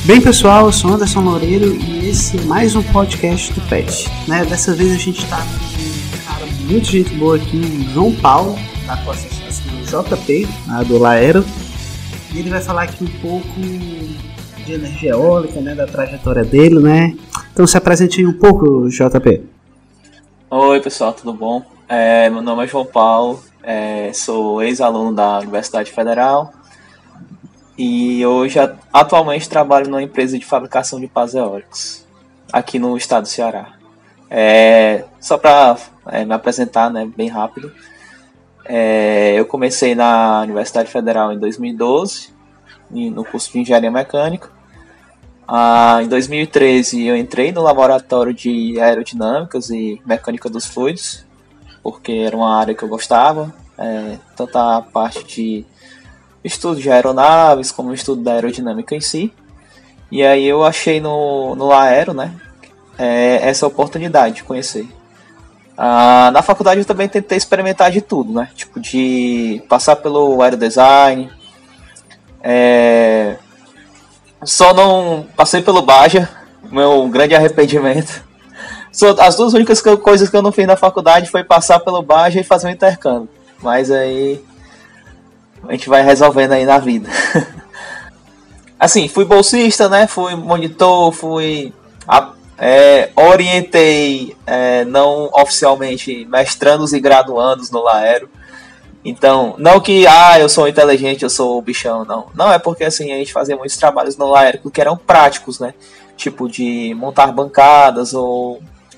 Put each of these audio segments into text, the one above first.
Bem pessoal, eu sou Anderson Loureiro e esse é mais um podcast do PET. Dessa vez a gente está com um cara muito gente boa aqui, o João Paulo, da associação JP, do Laero. E ele vai falar aqui um pouco de energia eólica, da trajetória dele, Então se apresente aí um pouco, JP. Oi pessoal, tudo bom? Meu nome é João Paulo, sou ex-aluno da Universidade Federal. E hoje, atualmente, trabalho numa empresa de fabricação de pás eólicos, aqui no estado do Ceará. Só para me apresentar, bem rápido, eu comecei na Universidade Federal em 2012, no curso de Engenharia Mecânica. Em 2013, eu entrei no laboratório de Aerodinâmicas e Mecânica dos Fluidos, porque era uma área que eu gostava, tanto a parte de estudo de aeronaves, como o estudo da aerodinâmica em si. E aí eu achei no Laero, essa oportunidade de conhecer. Na faculdade eu também tentei experimentar de tudo, tipo de passar pelo aerodesign. Só não passei pelo Baja, meu grande arrependimento. As duas únicas coisas que eu não fiz na faculdade foi passar pelo Baja e fazer um intercâmbio. Mas aí a gente vai resolvendo aí na vida. Assim, fui bolsista, fui monitor, orientei não oficialmente mestrandos e graduandos no Laero. Então, não que eu sou inteligente, eu sou o bichão, não. Não, é porque assim, a gente fazia muitos trabalhos no Laero que eram práticos, Tipo de montar bancadas ou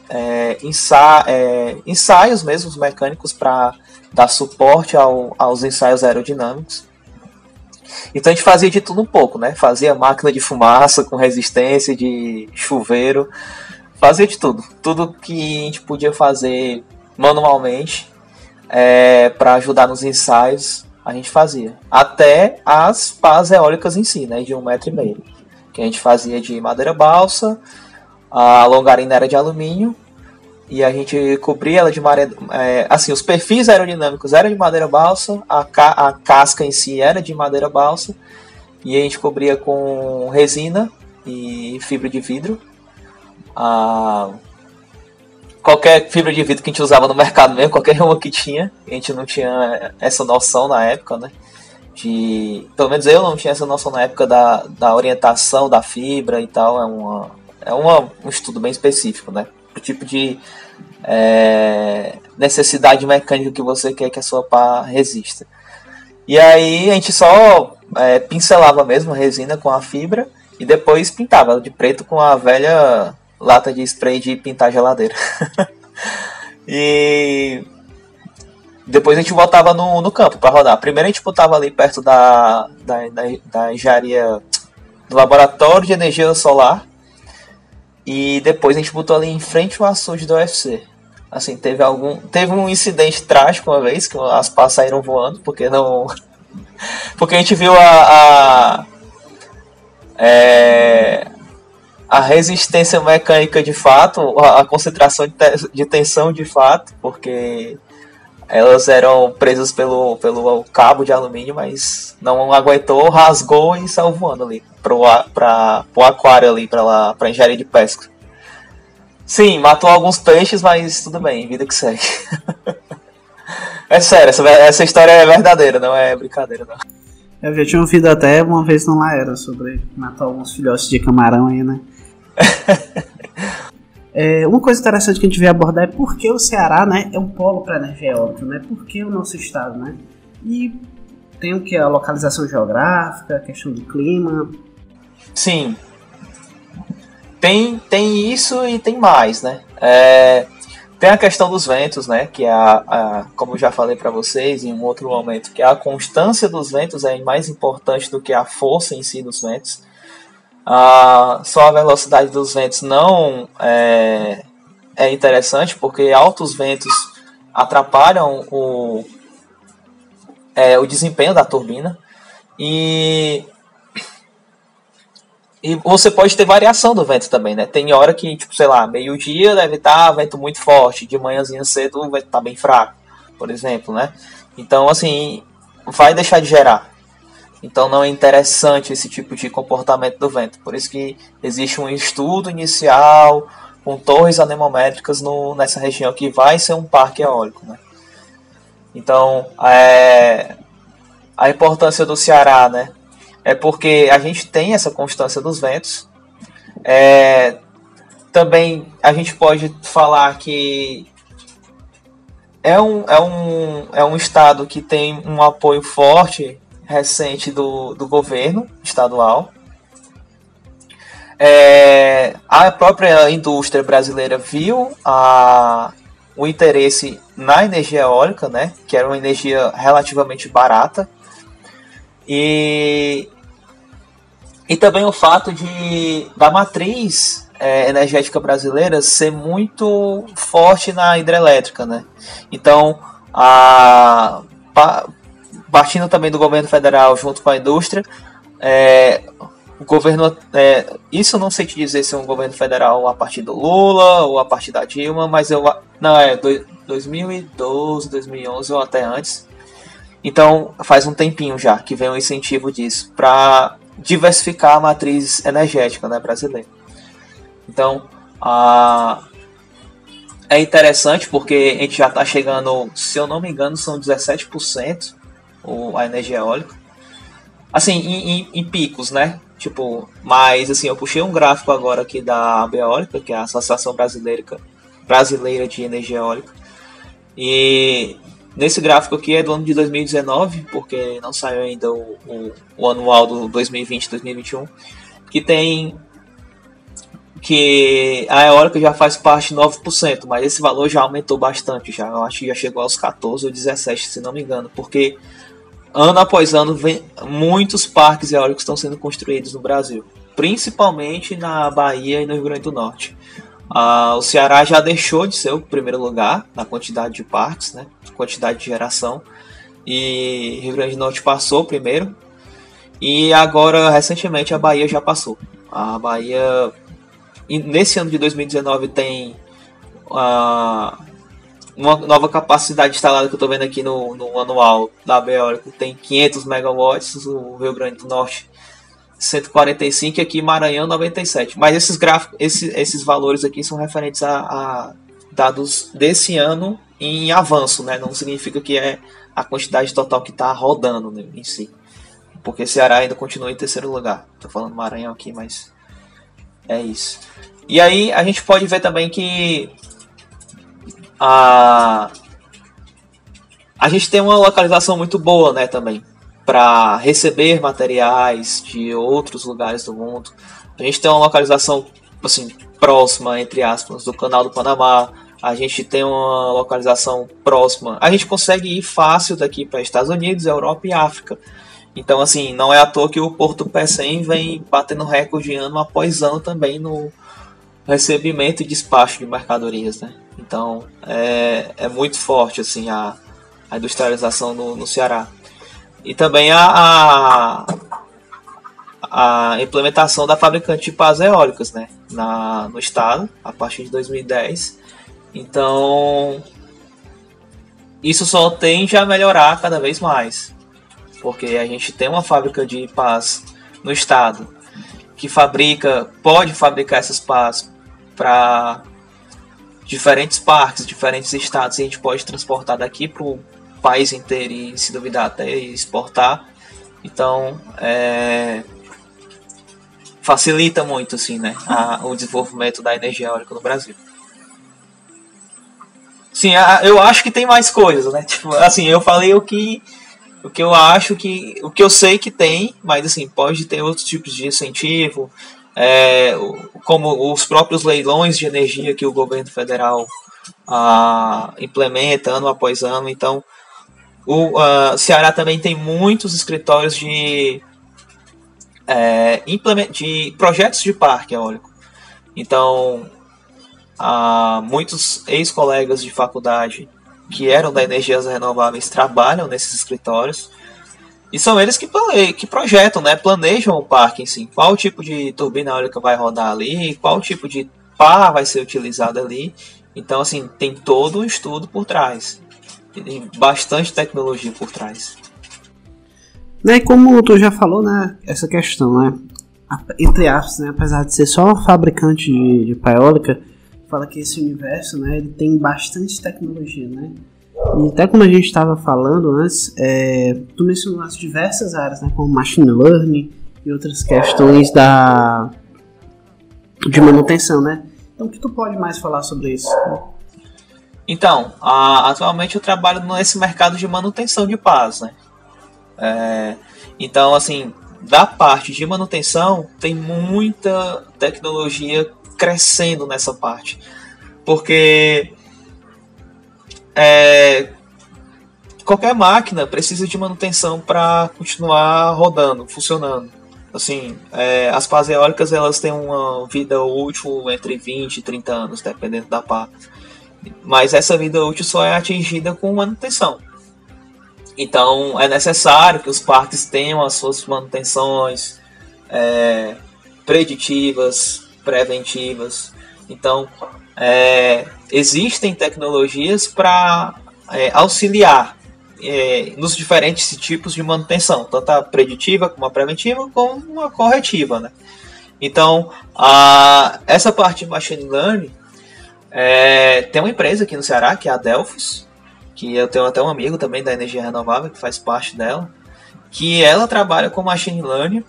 ensaios mesmo mecânicos para dar suporte aos ensaios aerodinâmicos. Então a gente fazia de tudo um pouco, Fazia máquina de fumaça com resistência de chuveiro, fazia de tudo. Tudo que a gente podia fazer manualmente para ajudar nos ensaios, a gente fazia. Até as pás eólicas em si, de 1,5 m, que a gente fazia de madeira balsa, a longarina era de alumínio, e a gente cobria ela de madeira. Assim, os perfis aerodinâmicos eram de madeira balsa, a casca em si era de madeira balsa, e a gente cobria com resina e fibra de vidro. Qualquer fibra de vidro que a gente usava no mercado mesmo, qualquer uma que tinha, a gente não tinha essa noção na época, pelo menos eu não tinha essa noção na época da orientação da fibra e tal. Um estudo bem específico, o tipo de necessidade mecânica que você quer que a sua pá resista. E aí a gente só pincelava mesmo a resina com a fibra e depois pintava de preto com a velha lata de spray de pintar geladeira. E depois a gente voltava no campo para rodar. Primeiro a gente botava ali perto da engenharia, do laboratório de energia solar. E depois a gente botou ali em frente ao açude do UFC. Assim, teve um incidente trágico uma vez, que as pás saíram voando, porque a gente viu a resistência mecânica de fato, a concentração de tensão de fato, porque elas eram presas pelo cabo de alumínio, mas não aguentou, rasgou e saiu voando ali pro aquário ali, pra engenharia de pesca. Sim, matou alguns peixes, mas tudo bem, vida que segue. É sério, essa história é verdadeira, não é brincadeira, não. Eu já tinha ouvido até uma vez no Laero sobre matar alguns filhotes de camarão aí, Uma coisa interessante que a gente veio abordar é por que o Ceará, é um polo para energia eólica, Por que o nosso estado, E tem o que? A localização geográfica, a questão do clima. Sim. Tem isso e tem mais, Tem a questão dos ventos, que como eu já falei para vocês em um outro momento, que a constância dos ventos é mais importante do que a força em si dos ventos. Só a velocidade dos ventos não é interessante, porque altos ventos atrapalham o desempenho da turbina. E você pode ter variação do vento também, Tem hora que, meio-dia deve estar vento muito forte, de manhãzinha cedo o vento está bem fraco, por exemplo, Então, assim, vai deixar de gerar. Então não é interessante esse tipo de comportamento do vento. Por isso que existe um estudo inicial com torres anemométricas nessa região que vai ser um parque eólico, né? Então, a importância do Ceará, né, é porque a gente tem essa constância dos ventos. Também a gente pode falar que é um estado que tem um apoio forte, recente do governo estadual. A própria indústria brasileira viu o interesse na energia eólica, né, que era uma energia relativamente barata, e também o fato da matriz energética brasileira ser muito forte na hidrelétrica, né? Então, partindo também do governo federal junto com a indústria, o governo, isso não sei te dizer se é um governo federal a partir do Lula ou a partir da Dilma, mas 2012, 2011 ou até antes. Então faz um tempinho já que vem um incentivo disso para diversificar a matriz energética, né, brasileira. Então é interessante porque a gente já está chegando, se eu não me engano, são 17% a energia eólica. Assim, em picos, né? Tipo, mas assim, eu puxei um gráfico agora aqui da Abeólica, que é a Associação Brasileira de Energia Eólica. E nesse gráfico aqui é do ano de 2019, porque não saiu ainda o anual do 2020 e 2021, que tem que a eólica já faz parte de 9%, mas esse valor já aumentou bastante, já. Eu acho que já chegou aos 14 ou 17, se não me engano, porque ano após ano, muitos parques eólicos estão sendo construídos no Brasil, principalmente na Bahia e no Rio Grande do Norte. O Ceará já deixou de ser o primeiro lugar na quantidade de parques, né, quantidade de geração, e Rio Grande do Norte passou primeiro, e agora, recentemente, a Bahia já passou. A Bahia, nesse ano de 2019, tem uma nova capacidade instalada que eu estou vendo aqui no anual da Abeólica, tem 500 megawatts, o Rio Grande do Norte 145 e aqui Maranhão 97. Mas esses gráficos, esses valores aqui são referentes a dados desse ano em avanço, né? Não significa que é a quantidade total que está rodando, né, em si. Porque Ceará ainda continua em terceiro lugar. Estou falando Maranhão aqui, mas é isso. E aí a gente pode ver também que a gente tem uma localização muito boa, né, também, para receber materiais de outros lugares do mundo. A gente tem uma localização assim, próxima, entre aspas, do Canal do Panamá. A gente tem uma localização próxima. A gente consegue ir fácil daqui para Estados Unidos, Europa e África. Então, assim, não é à toa que o Porto Pecém vem batendo recorde ano após ano também no recebimento e despacho de mercadorias, né? Então, é muito forte, assim, a industrialização no Ceará. E também a implementação da fabricante de pás eólicas, né, no estado, a partir de 2010. Então, isso só tende a melhorar cada vez mais, porque a gente tem uma fábrica de pás no estado que pode fabricar essas pás para diferentes parques, diferentes estados, e a gente pode transportar daqui para o país inteiro e, se duvidar, até exportar. Então, facilita muito, assim, né, o desenvolvimento da energia eólica no Brasil. Sim, eu acho que tem mais coisas, né? Tipo, assim, eu falei o que eu acho que, o que eu sei que tem, mas assim, pode ter outros tipos de incentivo, como os próprios leilões de energia que o governo federal implementa ano após ano. Então, o Ceará também tem muitos escritórios de projetos de parque eólico. Então, muitos ex-colegas de faculdade que eram da Energias Renováveis trabalham nesses escritórios, e são eles que projetam, né, planejam o parque em si, qual tipo de turbina eólica vai rodar ali, qual tipo de pá vai ser utilizado ali. Então, assim, tem todo um estudo por trás, tem bastante tecnologia por trás. Né, como tu já falou, né, essa questão, né, entre aspas, né, apesar de ser só um fabricante de pá eólica, fala que esse universo, né, ele tem bastante tecnologia, né, e até como a gente estava falando antes, tu mencionou as diversas áreas, né, como machine learning e outras questões de manutenção, né. Então, o que tu pode mais falar sobre isso? Então, atualmente eu trabalho nesse mercado de manutenção de pás, né. Então, assim, da parte de manutenção, tem muita tecnologia crescendo nessa parte. Porque qualquer máquina precisa de manutenção para continuar rodando, funcionando. Assim, as pás eólicas elas têm uma vida útil entre 20 e 30 anos, dependendo da pá. Mas essa vida útil só é atingida com manutenção. Então é necessário que os parques tenham as suas manutenções preditivas, preventivas. Então existem tecnologias para auxiliar nos diferentes tipos de manutenção, tanto a preditiva como a preventiva, como a corretiva, né? Então essa parte de machine learning tem uma empresa aqui no Ceará que é a Delphos, que eu tenho até um amigo também da energia renovável que faz parte dela, que ela trabalha com machine learning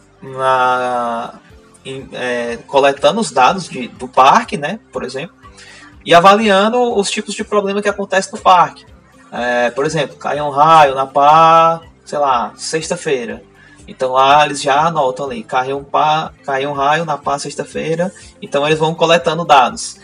coletando os dados do parque, né, por exemplo, e avaliando os tipos de problema que acontecem no parque. Por exemplo, cai um raio na pá, sei lá, sexta-feira. Então lá eles já anotam ali, caiu um raio na pá sexta-feira, então eles vão coletando dados.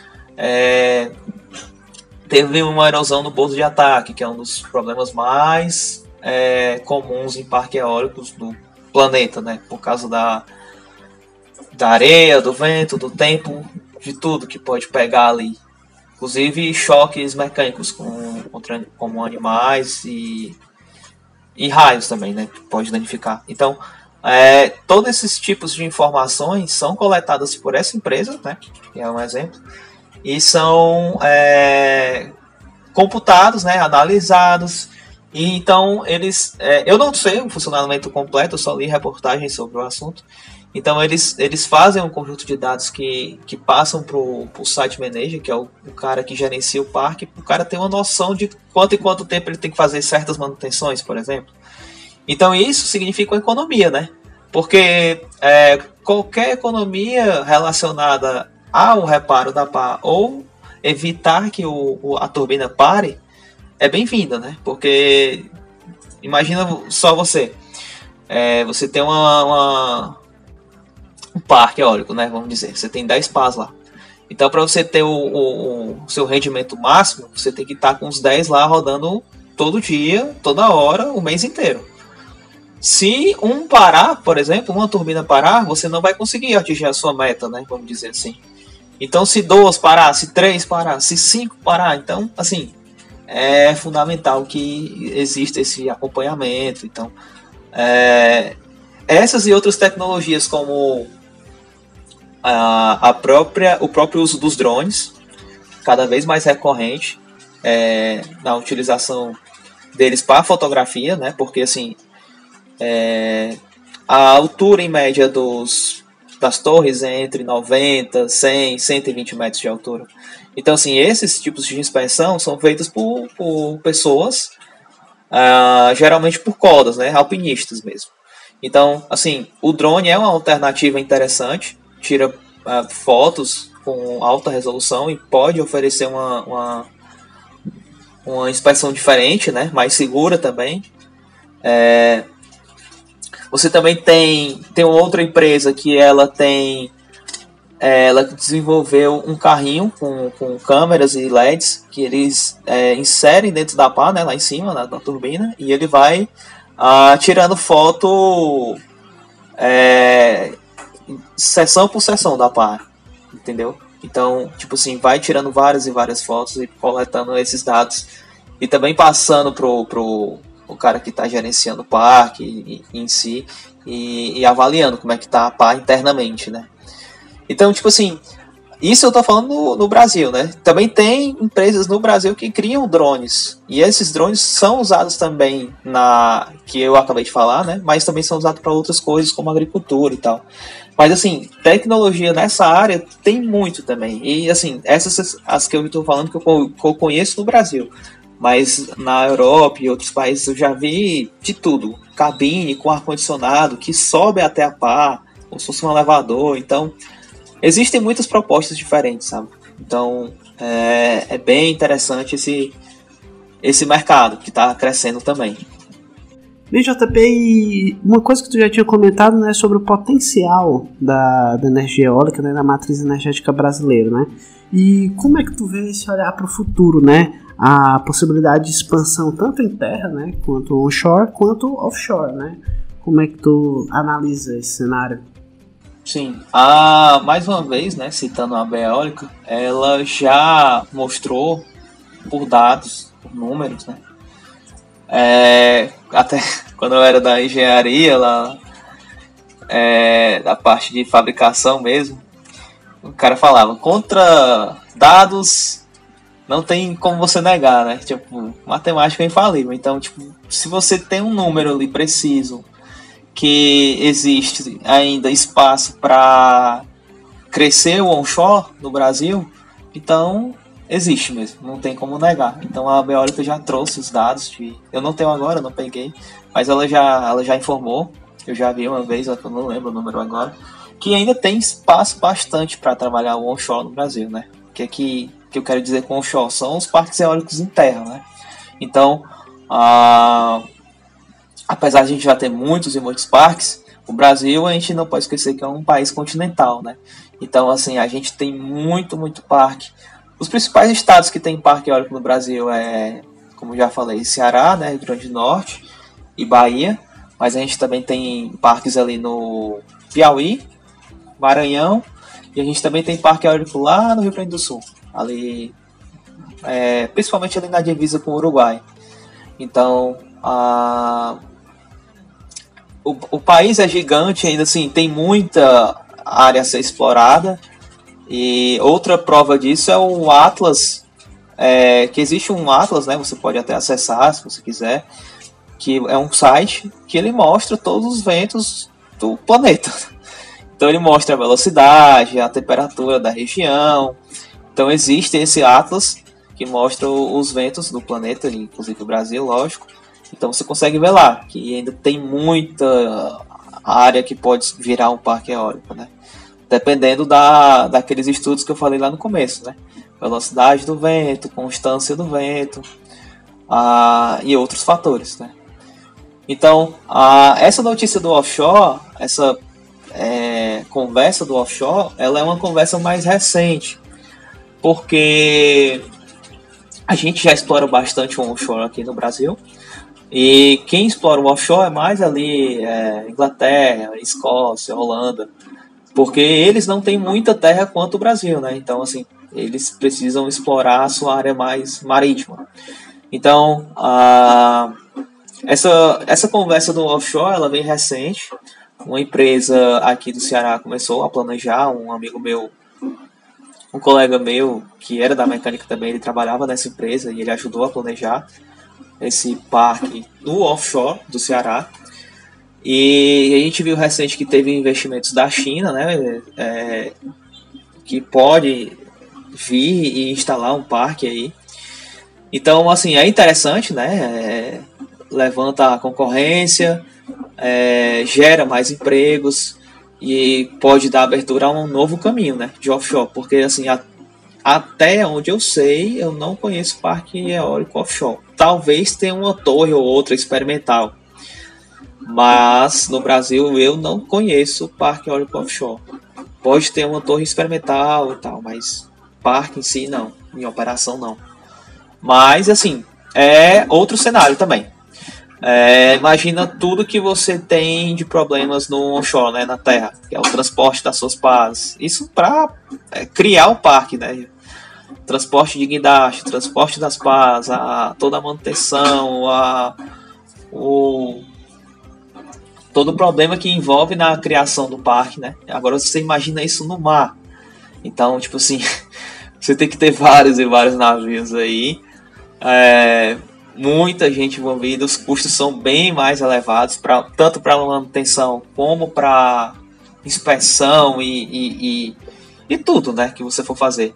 Teve uma erosão no bolso de ataque, que é um dos problemas mais comuns em parques eólicos do planeta, né? Por causa da areia, do vento, do tempo, de tudo que pode pegar ali. Inclusive choques mecânicos como animais e raios também, né? Que pode danificar. Então, todos esses tipos de informações são coletadas por essa empresa, né? Que é um exemplo. E são computados, né, analisados. E então eles, eu não sei o funcionamento completo, eu só li reportagens sobre o assunto. Então eles fazem um conjunto de dados que passam para o site manager, que é o cara que gerencia o parque. O cara tem uma noção de quanto em quanto tempo ele tem que fazer certas manutenções, por exemplo. Então isso significa uma economia, né? Porque qualquer economia relacionada ao reparo da pá ou evitar que a turbina pare é bem-vinda, né? Porque imagina só você tem um parque eólico, né? Vamos dizer, você tem 10 pás lá. Então, para você ter o seu rendimento máximo, você tem que estar com os 10 lá rodando todo dia, toda hora, o mês inteiro. Se um parar, por exemplo, uma turbina parar, você não vai conseguir atingir a sua meta, né? Vamos dizer assim. Então, se 2 parar, se 3 parar, se 5 parar, então, assim, é fundamental que exista esse acompanhamento. Então, essas e outras tecnologias, como o próprio uso dos drones, cada vez mais recorrente na utilização deles para fotografia, né? Porque, assim, a altura em média das torres é entre 90, 100, 120 metros de altura. Então, assim, esses tipos de inspeção são feitos por pessoas, geralmente por codas, né, alpinistas mesmo. Então, assim, o drone é uma alternativa interessante, tira fotos com alta resolução e pode oferecer uma inspeção diferente, né, mais segura também. Você também tem outra empresa que ela desenvolveu um carrinho com câmeras e LEDs que eles inserem dentro da pá, né, lá em cima, na turbina, e ele vai tirando foto seção por seção da pá, entendeu? Então, tipo assim, vai tirando várias e várias fotos e coletando esses dados e também passando pro o cara que está gerenciando o parque em si e avaliando como é que está a pá internamente, né? Então, tipo assim, Isso eu tô falando no Brasil, né? Também tem empresas no Brasil que criam drones. E esses drones são usados também que eu acabei de falar, né? Mas também são usados para outras coisas, como agricultura e tal. Mas, assim, tecnologia nessa área tem muito também. E, assim, essas as que eu estou falando que eu conheço no Brasil. Mas na Europa e outros países eu já vi de tudo. Cabine com ar-condicionado que sobe até a pá, como se fosse um elevador. Então, existem muitas propostas diferentes, sabe? Então, é bem interessante esse mercado que está crescendo também. Bem, JP, e uma coisa que tu já tinha comentado, né, sobre o potencial da energia eólica, né, da matriz energética brasileira, né? E como é que tu vê esse olhar para o futuro, né? A possibilidade de expansão tanto em terra, né, quanto onshore, quanto offshore, né? Como é que tu analisa esse cenário? Sim, mais uma vez, né, citando a eólica, ela já mostrou por dados, por números, né? Até quando eu era da engenharia, lá, da parte de fabricação mesmo, o cara falava, contra dados não tem como você negar, né? Tipo, matemática é infalível. Então, tipo, se você tem um número ali preciso que existe ainda espaço para crescer o onshore no Brasil, então existe mesmo, não tem como negar. Então a eólica já trouxe os dados, eu não tenho agora, não peguei, mas ela já informou, eu já vi uma vez, eu não lembro o número agora, que ainda tem espaço bastante para trabalhar o onshore no Brasil, né? Que eu quero dizer com onshore são os parques eólicos em terra, né? Então, apesar de a gente já ter muitos e muitos parques, o Brasil a gente não pode esquecer que é um país continental, né? Então, assim, a gente tem muito parque. Os principais estados que tem parque eólico no Brasil como já falei, Ceará, né, Rio Grande do Norte e Bahia. Mas a gente também tem parques ali no Piauí, Maranhão, e a gente também tem parque eólico lá no Rio Grande do Sul, ali, principalmente ali na divisa com o Uruguai. Então, o país é gigante, ainda assim, tem muita área a ser explorada. E outra prova disso é o Atlas, que existe um Atlas, né? Você pode até acessar se você quiser, que é um site que ele mostra todos os ventos do planeta. Então ele mostra a velocidade, a temperatura da região. Então existe esse Atlas que mostra os ventos do planeta, inclusive o Brasil, lógico. Então você consegue ver lá que ainda tem muita área que pode virar um parque eólico, né? Dependendo daqueles estudos que eu falei lá no começo, né? Velocidade do vento, constância do vento, e outros fatores, né? Então, essa notícia do offshore, essa conversa do offshore, ela é uma conversa mais recente, porque a gente já explora bastante o onshore aqui no Brasil, e quem explora o offshore é mais ali Inglaterra, Escócia, Holanda, porque eles não têm muita terra quanto o Brasil, né? Então, assim, eles precisam explorar a sua área mais marítima. Então, essa conversa do offshore, ela vem recente. Uma empresa aqui do Ceará começou a planejar, um amigo meu, um colega meu, que era da mecânica também, ele trabalhava nessa empresa e ele ajudou a planejar esse parque no offshore do Ceará. E a gente viu recente que teve investimentos da China, né, que pode vir e instalar um parque aí. Então, assim, é interessante, né, levanta a concorrência, gera mais empregos e pode dar abertura a um novo caminho, né, de offshore, porque, assim, até onde eu sei, eu não conheço parque eólico offshore. Talvez tenha uma torre ou outra experimental, mas no Brasil eu não conheço parque eólico offshore. Pode ter uma torre experimental e tal, mas parque em si não, em operação não. Mas assim, é outro cenário também. Imagina tudo que você tem de problemas no onshore, né, na terra, que é o transporte das suas pás. Isso para criar o parque, né? Transporte de guindaste, transporte das pás, toda a manutenção, todo o problema que envolve na criação do parque, né? Agora você imagina isso no mar. Então, tipo assim, você tem que ter vários e vários navios aí. Muita gente envolvida, os custos são bem mais elevados, tanto para manutenção como para inspeção e tudo, né, que você for fazer.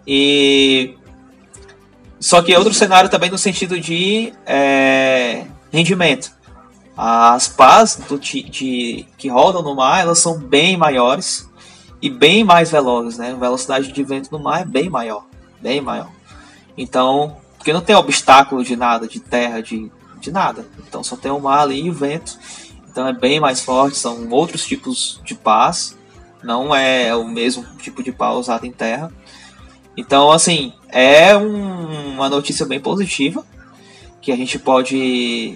Só que outro cenário também no sentido de rendimento. As pás que rodam no mar, elas são bem maiores e bem mais velozes, né? A velocidade de vento no mar é bem maior. Então, porque não tem obstáculo de nada, de terra, de nada. Então só tem o mar ali e o vento. Então é bem mais forte, são outros tipos de pás. Não é o mesmo tipo de pá usado em terra. Então, assim, é uma notícia bem positiva. Que a gente pode,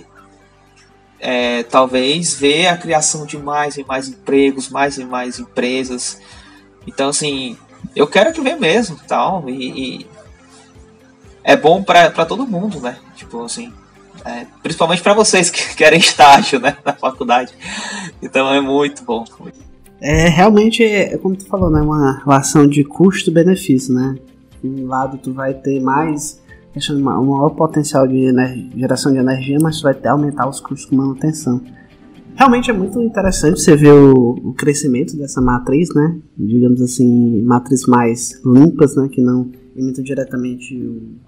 talvez, ver a criação de mais e mais empregos, mais e mais empresas. Então, assim, eu quero que venha mesmo, tal, e é bom para todo mundo, né? Tipo assim, principalmente para vocês que querem estágio, né, na faculdade. Então é muito bom. Realmente, como tu falou, né, uma relação de custo-benefício, né? Um lado tu vai ter mais, um maior potencial de geração de energia, mas tu vai aumentar os custos com manutenção. Realmente é muito interessante você ver o crescimento dessa matriz, né? Digamos assim, matriz mais limpas, né? Que não emitem diretamente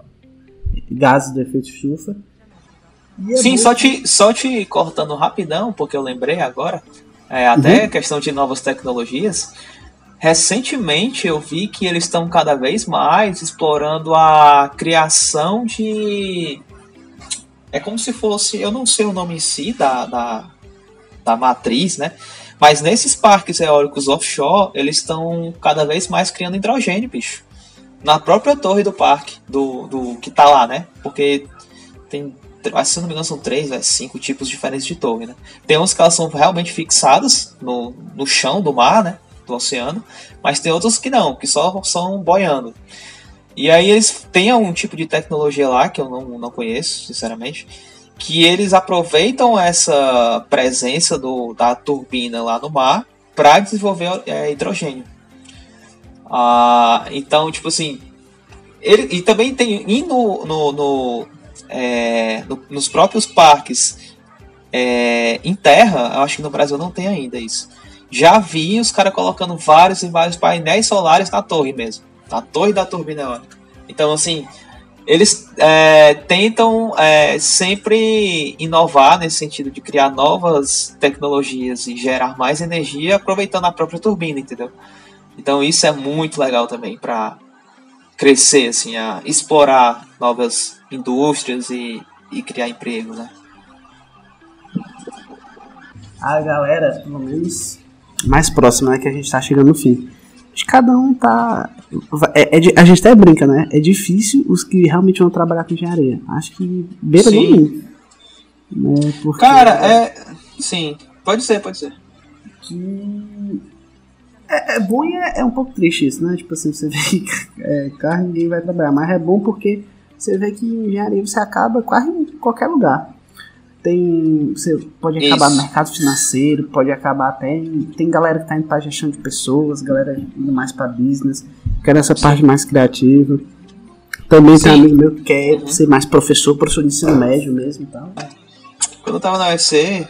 gases do efeito estufa. Sim, só te cortando rapidão, porque eu lembrei agora, até questão de novas tecnologias. Recentemente eu vi que eles estão cada vez mais explorando a criação de... É como se fosse, eu não sei o nome em si da matriz, né? Mas nesses parques eólicos offshore, eles estão cada vez mais criando hidrogênio, bicho. Na própria torre do parque, do que tá lá, né? Porque tem, se não me engano, são 5 tipos diferentes de torre, né? Tem uns que elas são realmente fixadas no chão do mar, né? Do oceano. Mas tem outros que não, que só são boiando. E aí eles têm um tipo de tecnologia lá, que eu não conheço, sinceramente, que eles aproveitam essa presença da turbina lá no mar para desenvolver hidrogênio. Então, tipo assim, e também tem nos próprios parques em terra. Eu acho que no Brasil não tem ainda isso. Já vi os caras colocando vários e vários painéis solares na torre mesmo, na torre da turbina eólica. Então, assim, eles tentam sempre inovar nesse sentido de criar novas tecnologias e gerar mais energia aproveitando a própria turbina, entendeu? Então isso é muito legal também para crescer, assim, a explorar novas indústrias e criar emprego, né? A galera, pelo menos mais próxima, né, que a gente tá chegando no fim. Cada um tá... a gente até brinca, né? É difícil os que realmente vão trabalhar com engenharia. Acho que beira do mim. Né? Porque... Cara, sim, pode ser. Que... É bom e é um pouco triste isso, né? Tipo assim, você vê que carro ninguém vai trabalhar. Mas é bom porque você vê que em engenharia você acaba quase em qualquer lugar. Você pode acabar no mercado financeiro, pode acabar até tem galera que tá indo pra gestão de pessoas, galera indo mais pra business, quer essa parte mais criativa. Também tem amigo meu que quer ser mais professor de ensino médio mesmo e tal. Quando eu tava na UFC,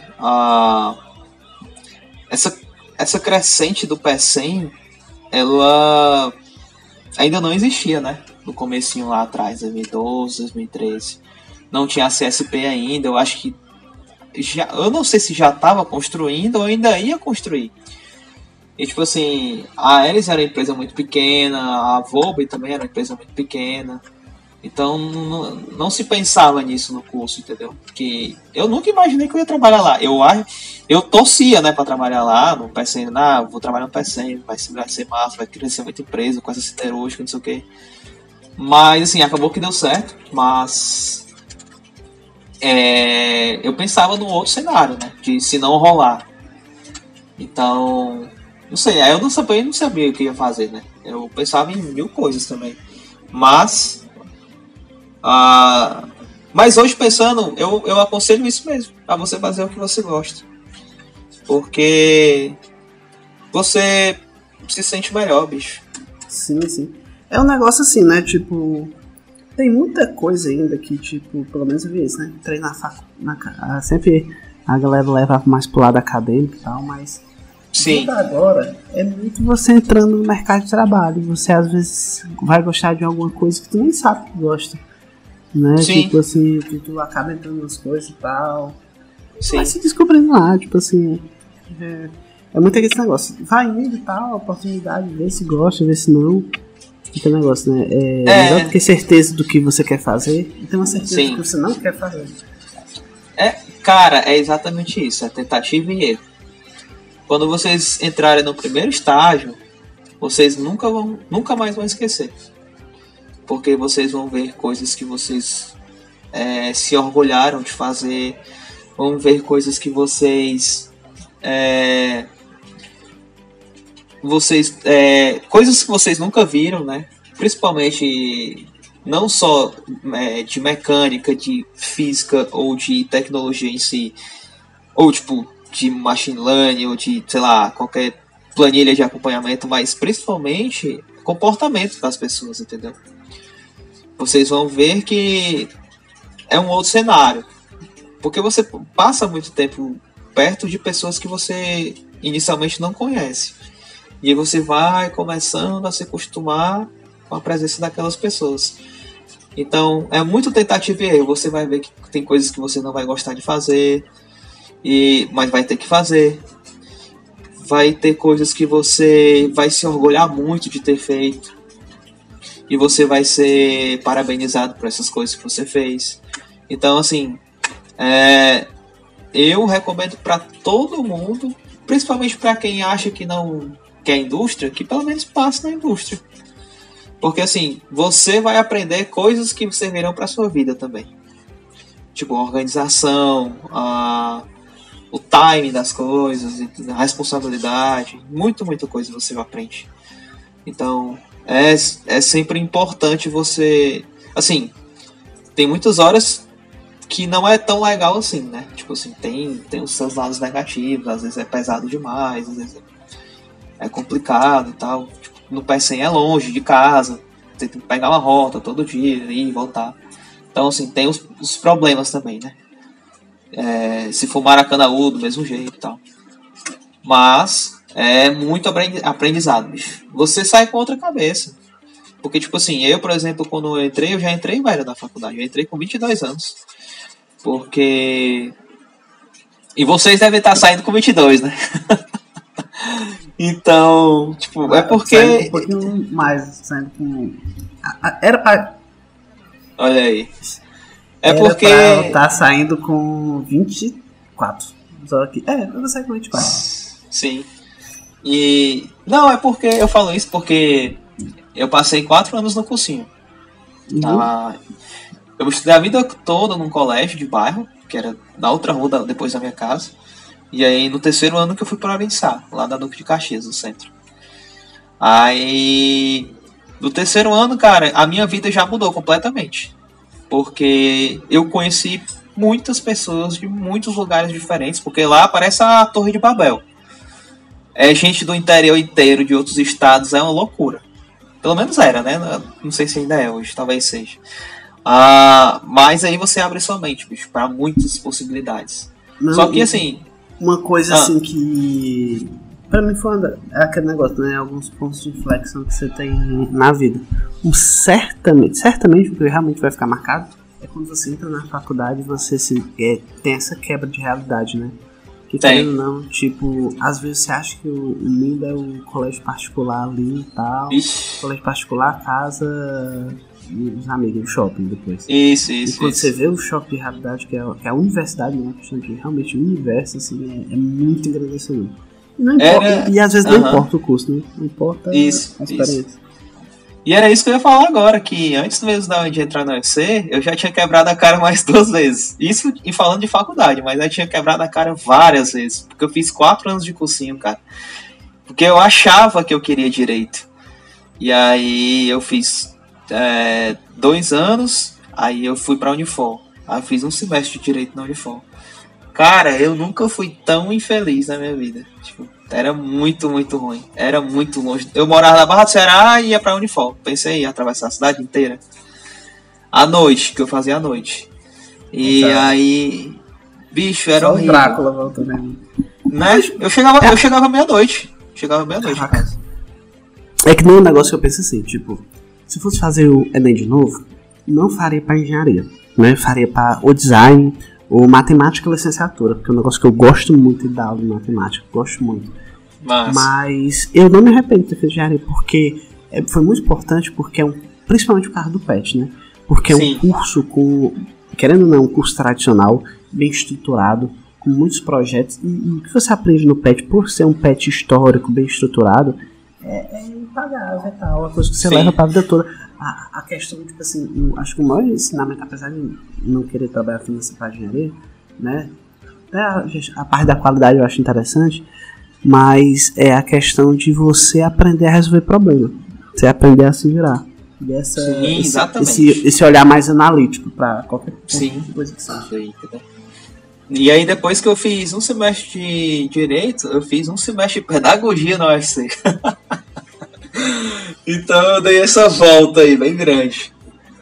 essa crescente do PECEM, ela ainda não existia, né? No comecinho lá atrás, 2012, 2013. Não tinha a CSP ainda, eu acho que eu não sei se já estava construindo ou ainda ia construir. E tipo assim, a Aeres era uma empresa muito pequena, a Volbe também era uma empresa muito pequena. Então não se pensava nisso no curso, entendeu? Porque eu nunca imaginei que eu ia trabalhar lá. Eu torcia, né, para trabalhar lá no PECEM. Vou trabalhar no PECEM, vai ser massa, vai crescer muita empresa com essa siderúrgica, não sei o que. Mas assim, acabou que deu certo, mas eu pensava num outro cenário, né? De se não rolar. Então, não sei, aí eu não sabia o que ia fazer, né? Eu pensava em mil coisas também. Mas hoje pensando, eu aconselho isso mesmo, a você fazer o que você gosta. Porque você se sente melhor, bicho. Sim, sim. É um negócio assim, né? Tipo, tem muita coisa ainda que, tipo, pelo menos eu vi isso, né? Treinar sempre a galera leva mais pro lado acadêmico e tal, mas Sim. tudo agora é muito você entrando no mercado de trabalho. Você às vezes vai gostar de alguma coisa que tu nem sabe que gosta, né? Sim. Tipo assim, tu acaba entrando nas coisas e tal. Sim. Vai se descobrindo lá, tipo assim. É muito aquele negócio. Vai indo e tal, oportunidade, vê se gosta, vê se não. Fica negócio, né? É melhor do que certeza do que você quer fazer e ter uma certeza do que você não quer fazer. Cara, é exatamente isso, é tentativa e erro. Quando vocês entrarem no primeiro estágio, vocês nunca mais vão esquecer. Porque vocês vão ver coisas que vocês se orgulharam de fazer, vão ver coisas que vocês coisas que vocês nunca viram, né? Principalmente não só de mecânica, de física ou de tecnologia em si, ou tipo de machine learning ou de, sei lá, qualquer planilha de acompanhamento, mas principalmente comportamento das pessoas, entendeu? Vocês vão ver que é um outro cenário, porque você passa muito tempo perto de pessoas que você inicialmente não conhece. E você vai começando a se acostumar com a presença daquelas pessoas. Então, é muito tentativa e erro. Você vai ver que tem coisas que você não vai gostar de fazer, mas vai ter que fazer. Vai ter coisas que você vai se orgulhar muito de ter feito. E você vai ser parabenizado por essas coisas que você fez. Então, assim, eu recomendo para todo mundo, principalmente para quem acha que não quer indústria, que pelo menos passe na indústria. Porque assim, você vai aprender coisas que servirão para sua vida também. Tipo, a organização, o timing das coisas, a responsabilidade, muita coisa você aprende. Então, é sempre importante você... Assim, tem muitas horas que não é tão legal assim, né? Tipo assim, tem os seus lados negativos, às vezes é pesado demais, às vezes é complicado e tal. Tipo, no P100 é longe de casa, você tem que pegar uma rota todo dia, ir e voltar. Então, assim, tem os problemas também, né? Se for Maracanãú, do mesmo jeito e tal. Mas é muito aprendizado, bicho. Você sai com outra cabeça. Porque, tipo assim, eu, por exemplo, quando eu já entrei velho na faculdade. Eu entrei com 22 anos. Porque... E vocês devem estar saindo com 22, né? Então, tipo, é porque... Saindo um pouquinho mais, saindo com... Era pra... Olha aí. Era porque... pra eu estar saindo com 24. Só que... eu vou sair com 24. Sim. E... Não, é porque eu falo isso porque eu passei 4 anos no cursinho. Uhum. Eu estudei a vida toda num colégio de bairro, que era na outra rua depois da minha casa. E aí no terceiro ano que eu fui para Araçá, lá da Duque de Caxias, no centro. Aí no terceiro ano, cara, a minha vida já mudou completamente. Porque eu conheci muitas pessoas de muitos lugares diferentes, porque lá parece a Torre de Babel. É gente do interior inteiro, de outros estados, é uma loucura. Pelo menos era, né? Não sei se ainda é hoje, talvez seja. Mas aí você abre sua mente, bicho, para muitas possibilidades. Não, só que assim... Uma coisa assim que... Pra mim foi aquele negócio, né? Alguns pontos de inflexão que você tem na vida. Certamente, o que realmente vai ficar marcado é quando você entra na faculdade e você tem essa quebra de realidade, né? Que querendo ou não, tipo, às vezes você acha que o mundo é o colégio particular ali e tal. Ixi. Colégio particular, casa... e os amigos, o shopping depois. Isso. E quando você vê o shopping de realidade, que é a universidade, né? Que realmente o universo, assim, é muito engrandecedor. E não importa, e às vezes não importa o custo, né? Não importa a experiência. Isso. E era isso que eu ia falar agora, que antes mesmo de entrar no UFC, eu já tinha quebrado a cara mais 2 vezes. Isso e falando de faculdade, mas eu tinha quebrado a cara várias vezes. Porque eu fiz 4 anos de cursinho, cara. Porque eu achava que eu queria direito. E aí eu fiz 2 anos, aí eu fui pra Unifor. Aí eu fiz um semestre de direito na Unifor. Cara, eu nunca fui tão infeliz na minha vida. Tipo, Era muito, muito ruim. Era muito longe. Eu morava na Barra do Ceará e ia pra Unifor. Pensei em atravessar a cidade inteira. À noite, que eu fazia à noite. E aí... Bicho, era horrível. O Drácula voltou mesmo. Né? Eu chegava meia-noite. Chegava meia-noite. É que nem um negócio que eu penso assim, tipo... Se fosse fazer o Enem de novo, não faria pra engenharia. Né? Faria pra o design... ou matemática e licenciatura, porque é um negócio que eu gosto muito de dar aula de matemática, gosto muito. Mas eu não me arrependo de ter feito engenharia, porque foi muito importante, porque principalmente por causa do PET, né? Porque é um curso querendo ou não, um curso tradicional, bem estruturado, com muitos projetos, e o que você aprende no PET, por ser um PET histórico, bem estruturado, é impagável, é tal, a coisa que você leva pra vida toda. A questão, tipo assim, acho que o maior ensinamento, apesar de não querer trabalhar nessa parte de engenharia, né? A parte da qualidade eu acho interessante, mas é a questão de você aprender a resolver problema, você aprender a se virar. Esse olhar mais analítico para qualquer coisa que seja. E aí depois que eu fiz um semestre de Direito, eu fiz um semestre de Pedagogia na UFC. Então eu dei essa volta aí, bem grande.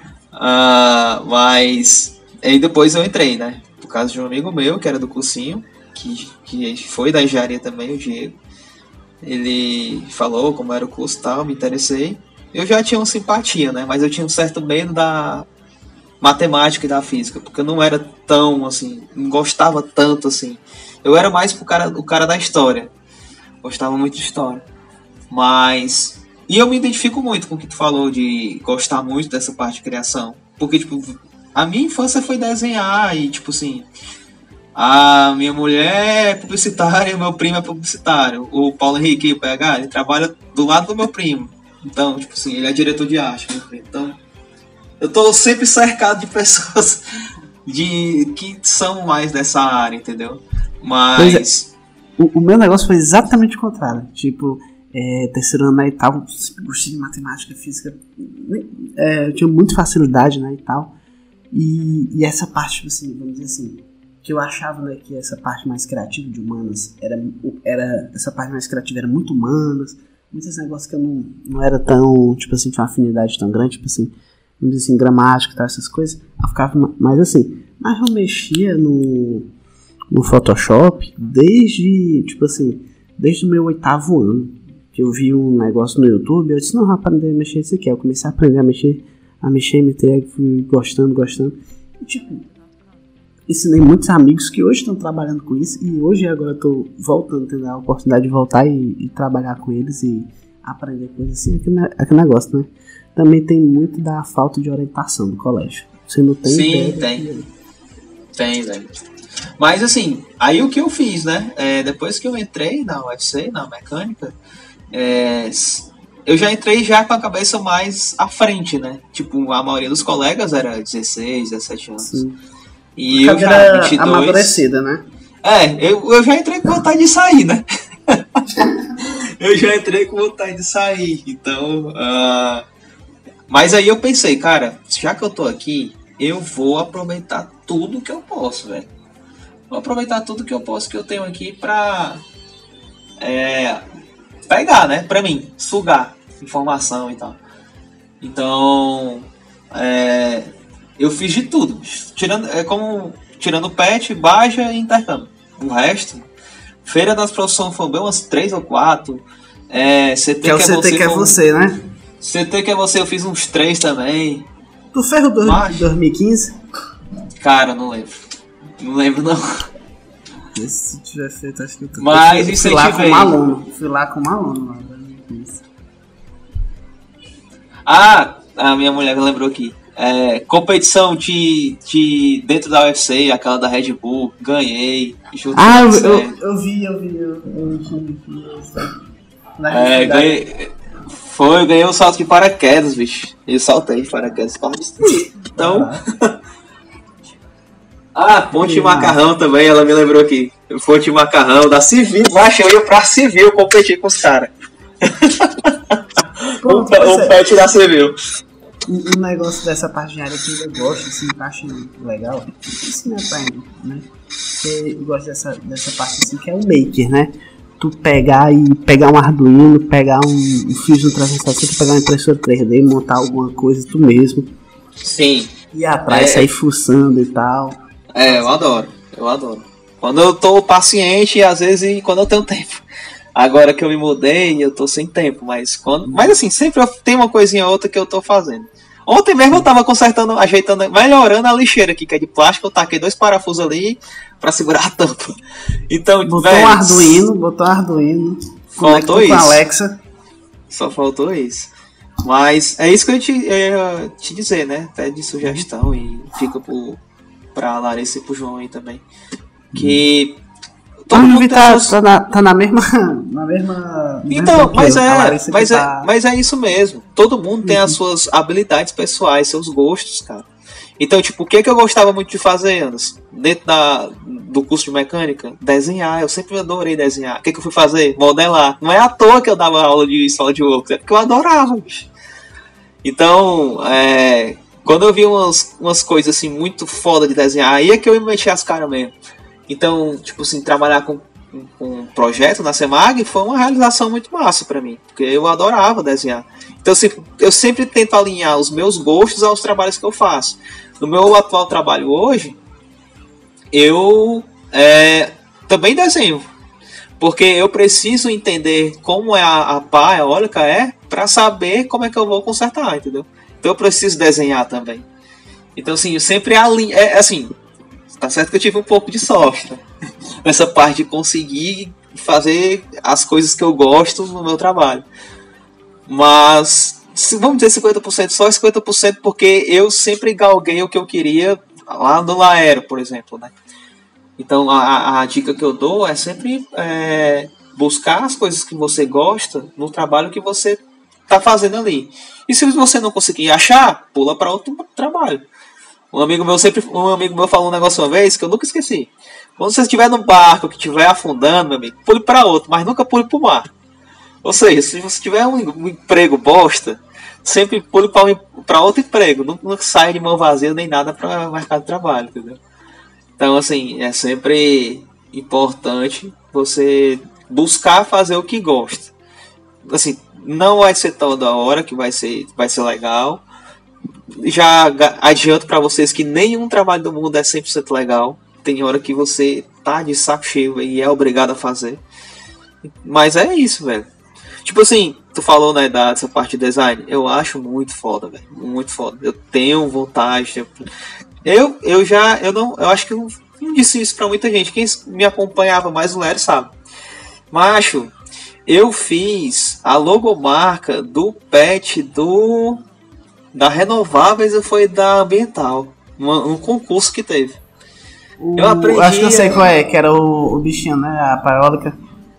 Mas aí depois eu entrei, né? Por causa de um amigo meu, que era do cursinho, que foi da engenharia também, o Diego. Ele falou como era o curso e tal, me interessei. Eu já tinha uma simpatia, né? Mas eu tinha um certo medo da matemática e da física, porque eu não era tão, assim, não gostava tanto, assim. Eu era mais o cara da história. Gostava muito de história. Mas... E eu me identifico muito com o que tu falou de gostar muito dessa parte de criação. Porque, tipo, a minha infância foi desenhar e, tipo assim... A minha mulher é publicitária, o meu primo é publicitário. O Paulo Henrique, o PH, ele trabalha do lado do meu primo. Então, tipo assim, ele é diretor de arte, meu primo. Então, eu tô sempre cercado de pessoas que são mais dessa área, entendeu? Mas... O meu negócio foi exatamente o contrário. Tipo... terceiro ano, né, e tal, gostei de matemática, física, eu tinha muita facilidade, né, e tal, e essa parte, tipo assim, vamos dizer assim, que eu achava, né, que essa parte mais criativa de humanas, essa parte mais criativa era muito humanas, muitos negócios que eu não era tão, tipo assim, tinha uma afinidade tão grande, tipo assim, vamos dizer assim, gramática e tal, essas coisas, eu ficava mais assim, mas eu mexia no Photoshop desde, tipo assim, desde o meu 8º ano, que eu vi um negócio no YouTube, eu disse, não, vou aprender a mexer isso aqui. Eu comecei a aprender a mexer, fui gostando. E, tipo, ensinei muitos amigos que hoje estão trabalhando com isso, e hoje agora eu tô voltando, tendo a oportunidade de voltar e trabalhar com eles e aprender coisas assim, aquele negócio, né? Também tem muito da falta de orientação do colégio. Você não tem? Sim, tem, velho. Mas assim, aí o que eu fiz, né? Depois que eu entrei na UFC, na mecânica, eu já entrei já com a cabeça mais à frente, né? Tipo, a maioria dos colegas era 16, 17 anos. Sim. E eu já 22. Amadurecida, né? Eu já entrei com vontade de sair, né? Então, mas aí eu pensei, cara, já que eu tô aqui, eu vou aproveitar tudo que eu posso, velho. Vou aproveitar tudo que eu posso, que eu tenho aqui pra pegar, né? Pra mim, sugar informação e tal. Então, eu fiz de tudo. Tirando o PET, Baja e intercâmbio. O resto, Feira das Profissões foi bem umas 3 ou 4. CT que é o CT que é você, né? CT que é você, eu fiz uns 3 também. Tu fez o 2015? Cara, não lembro. Não lembro, não. Se tiver feito, acho que eu tô... Mas isso fui lá com um aluno. Fui lá com um aluno. A minha mulher lembrou aqui. Competição de dentro da UFC, aquela da Red Bull, ganhei. Eu vi. Ganhei um salto de paraquedas, bicho. Eu saltei de paraquedas. Então... Ponte de Macarrão também, ela me lembrou aqui. Ponte de Macarrão, da Civil. Baixa, eu ia pra Civil competir com os caras. O pet da Civil. Um negócio dessa parte de área que eu gosto, assim, que eu acho legal, isso me aprende, né? Eu gosto dessa parte assim, que é o maker, né? tu pegar um Arduino, pegar um Fusion 360, pegar uma impressora 3D, montar alguma coisa tu mesmo. Sim. Ir atrás, sair fuçando e tal. Eu adoro. Quando eu tô paciente, às vezes quando eu tenho tempo. Agora que eu me mudei, eu tô sem tempo, mas assim, sempre tem uma coisinha ou outra que eu tô fazendo. Ontem mesmo eu tava consertando, ajeitando, melhorando a lixeira aqui, que é de plástico, eu taquei 2 parafusos ali pra segurar a tampa. Então, botou um Arduino. Faltou isso. Com a Alexa. Só faltou isso. Mas é isso que eu ia te dizer, né? Até de sugestão e fica pra Larissa e pro João aí também. Que todo mundo tá na mesma. Então, mas é isso mesmo. Todo mundo tem as suas habilidades pessoais, seus gostos, cara. Então, tipo, o que eu gostava muito de fazer, Anderson? Dentro do curso de mecânica? Desenhar. Eu sempre adorei desenhar. O que eu fui fazer? Modelar. Não é à toa que eu dava aula de SolidWorks, é porque eu adorava, bicho. Então, quando eu vi umas coisas assim muito foda de desenhar, aí é que eu ia mexer as caras mesmo. Então, tipo assim, trabalhar com um projeto na Semag foi uma realização muito massa pra mim, porque eu adorava desenhar. Então eu sempre tento alinhar os meus gostos aos trabalhos que eu faço. No meu atual trabalho hoje, eu também desenho, porque eu preciso entender como é a pá eólica para saber como é que eu vou consertar, entendeu? Então eu preciso desenhar também. Então assim, eu sempre alinho, assim, tá certo que eu tive um pouco de sorte, né? Nessa parte de conseguir fazer as coisas que eu gosto no meu trabalho. Mas, vamos dizer 50%, só 50% porque eu sempre galguei o que eu queria lá no Laero, por exemplo, né? Então, a dica que eu dou é sempre buscar as coisas que você gosta no trabalho que você tá fazendo ali. E se você não conseguir achar, pula para outro trabalho. Um amigo meu falou um negócio uma vez que eu nunca esqueci. Quando você estiver num barco que estiver afundando, meu amigo, pule para outro, mas nunca pule para o mar. Ou seja, se você tiver um emprego bosta, sempre pule para outro emprego. Não saia de mão vazia nem nada para o mercado de trabalho, entendeu? Então, assim, é sempre importante você buscar fazer o que gosta. Assim, não vai ser toda hora que vai ser legal. Já adianto para vocês que nenhum trabalho do mundo é 100% legal. Tem hora que você tá de saco cheio e é obrigado a fazer. Mas é isso, velho. Tipo assim, tu falou, né, dessa parte de design. Eu acho muito foda, velho. Muito foda. Eu tenho vontade. Eu acho que eu não disse isso pra muita gente. Quem me acompanhava mais no Lero sabe. Macho, eu fiz a logomarca do pet da Renováveis e foi da Ambiental. Um concurso que teve. Eu aprendi. Acho que eu sei qual é, que era o bichinho, né? A parólica.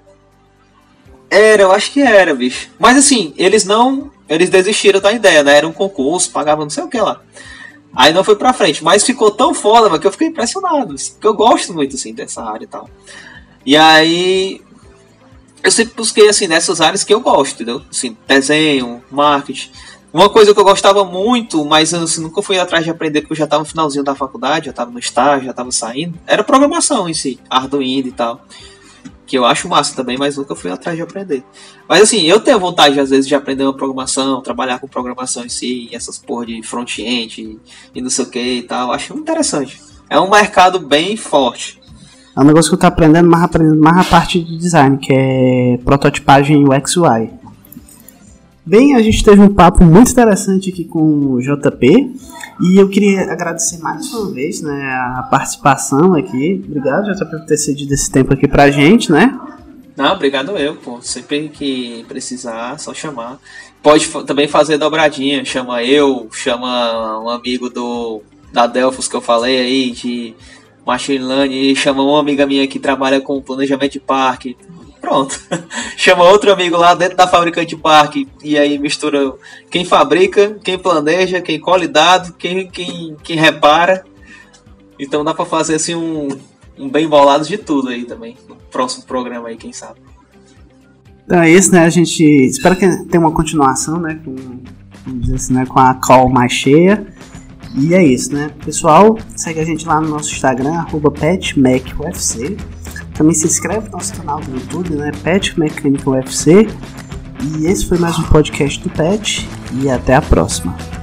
Eu acho que era, bicho. Mas assim, eles desistiram da ideia, né? Era um concurso, pagavam não sei o que lá. Aí não foi pra frente, mas ficou tão foda, mano, que eu fiquei impressionado. Porque eu gosto muito, assim, dessa área e tal. E aí, eu sempre busquei, assim, nessas áreas que eu gosto, entendeu? Assim, desenho, marketing. Uma coisa que eu gostava muito, mas eu assim, nunca fui atrás de aprender, porque eu já estava no finalzinho da faculdade, já estava no estágio, já estava saindo, era programação em si, Arduino e tal. Que eu acho massa também, mas nunca fui atrás de aprender. Mas assim, eu tenho vontade às vezes de aprender uma programação, trabalhar com programação em si, essas porra de front-end e não sei o que e tal. Acho interessante. É um mercado bem forte. É um negócio que eu tô aprendendo mais a parte de design, que é prototipagem UX UI. Bem, a gente teve um papo muito interessante aqui com o JP e eu queria agradecer mais uma vez, né, a participação aqui. Obrigado, JP, por ter cedido esse tempo aqui pra gente, né? Não, obrigado eu, pô. Sempre que precisar, só chamar. Pode também fazer dobradinha, chama um amigo da Delphos que eu falei aí, de Machine Learning, e chama uma amiga minha que trabalha com planejamento de parque. Pronto, chama outro amigo lá dentro da fabricante de parque e aí mistura quem fabrica, quem planeja, quem colhe dado, quem repara. Então dá pra fazer assim um bem bolado de tudo aí também, no próximo programa aí, quem sabe. Então é isso, né, a gente espera que tenha uma continuação, né, vamos dizer assim, né, com a call mais cheia. E é isso, né, pessoal, segue a gente lá no nosso Instagram, @petmacufc. Também se inscreve no nosso canal do YouTube, né? Pet Mecânica UFC. E esse foi mais um podcast do Pet. E até a próxima.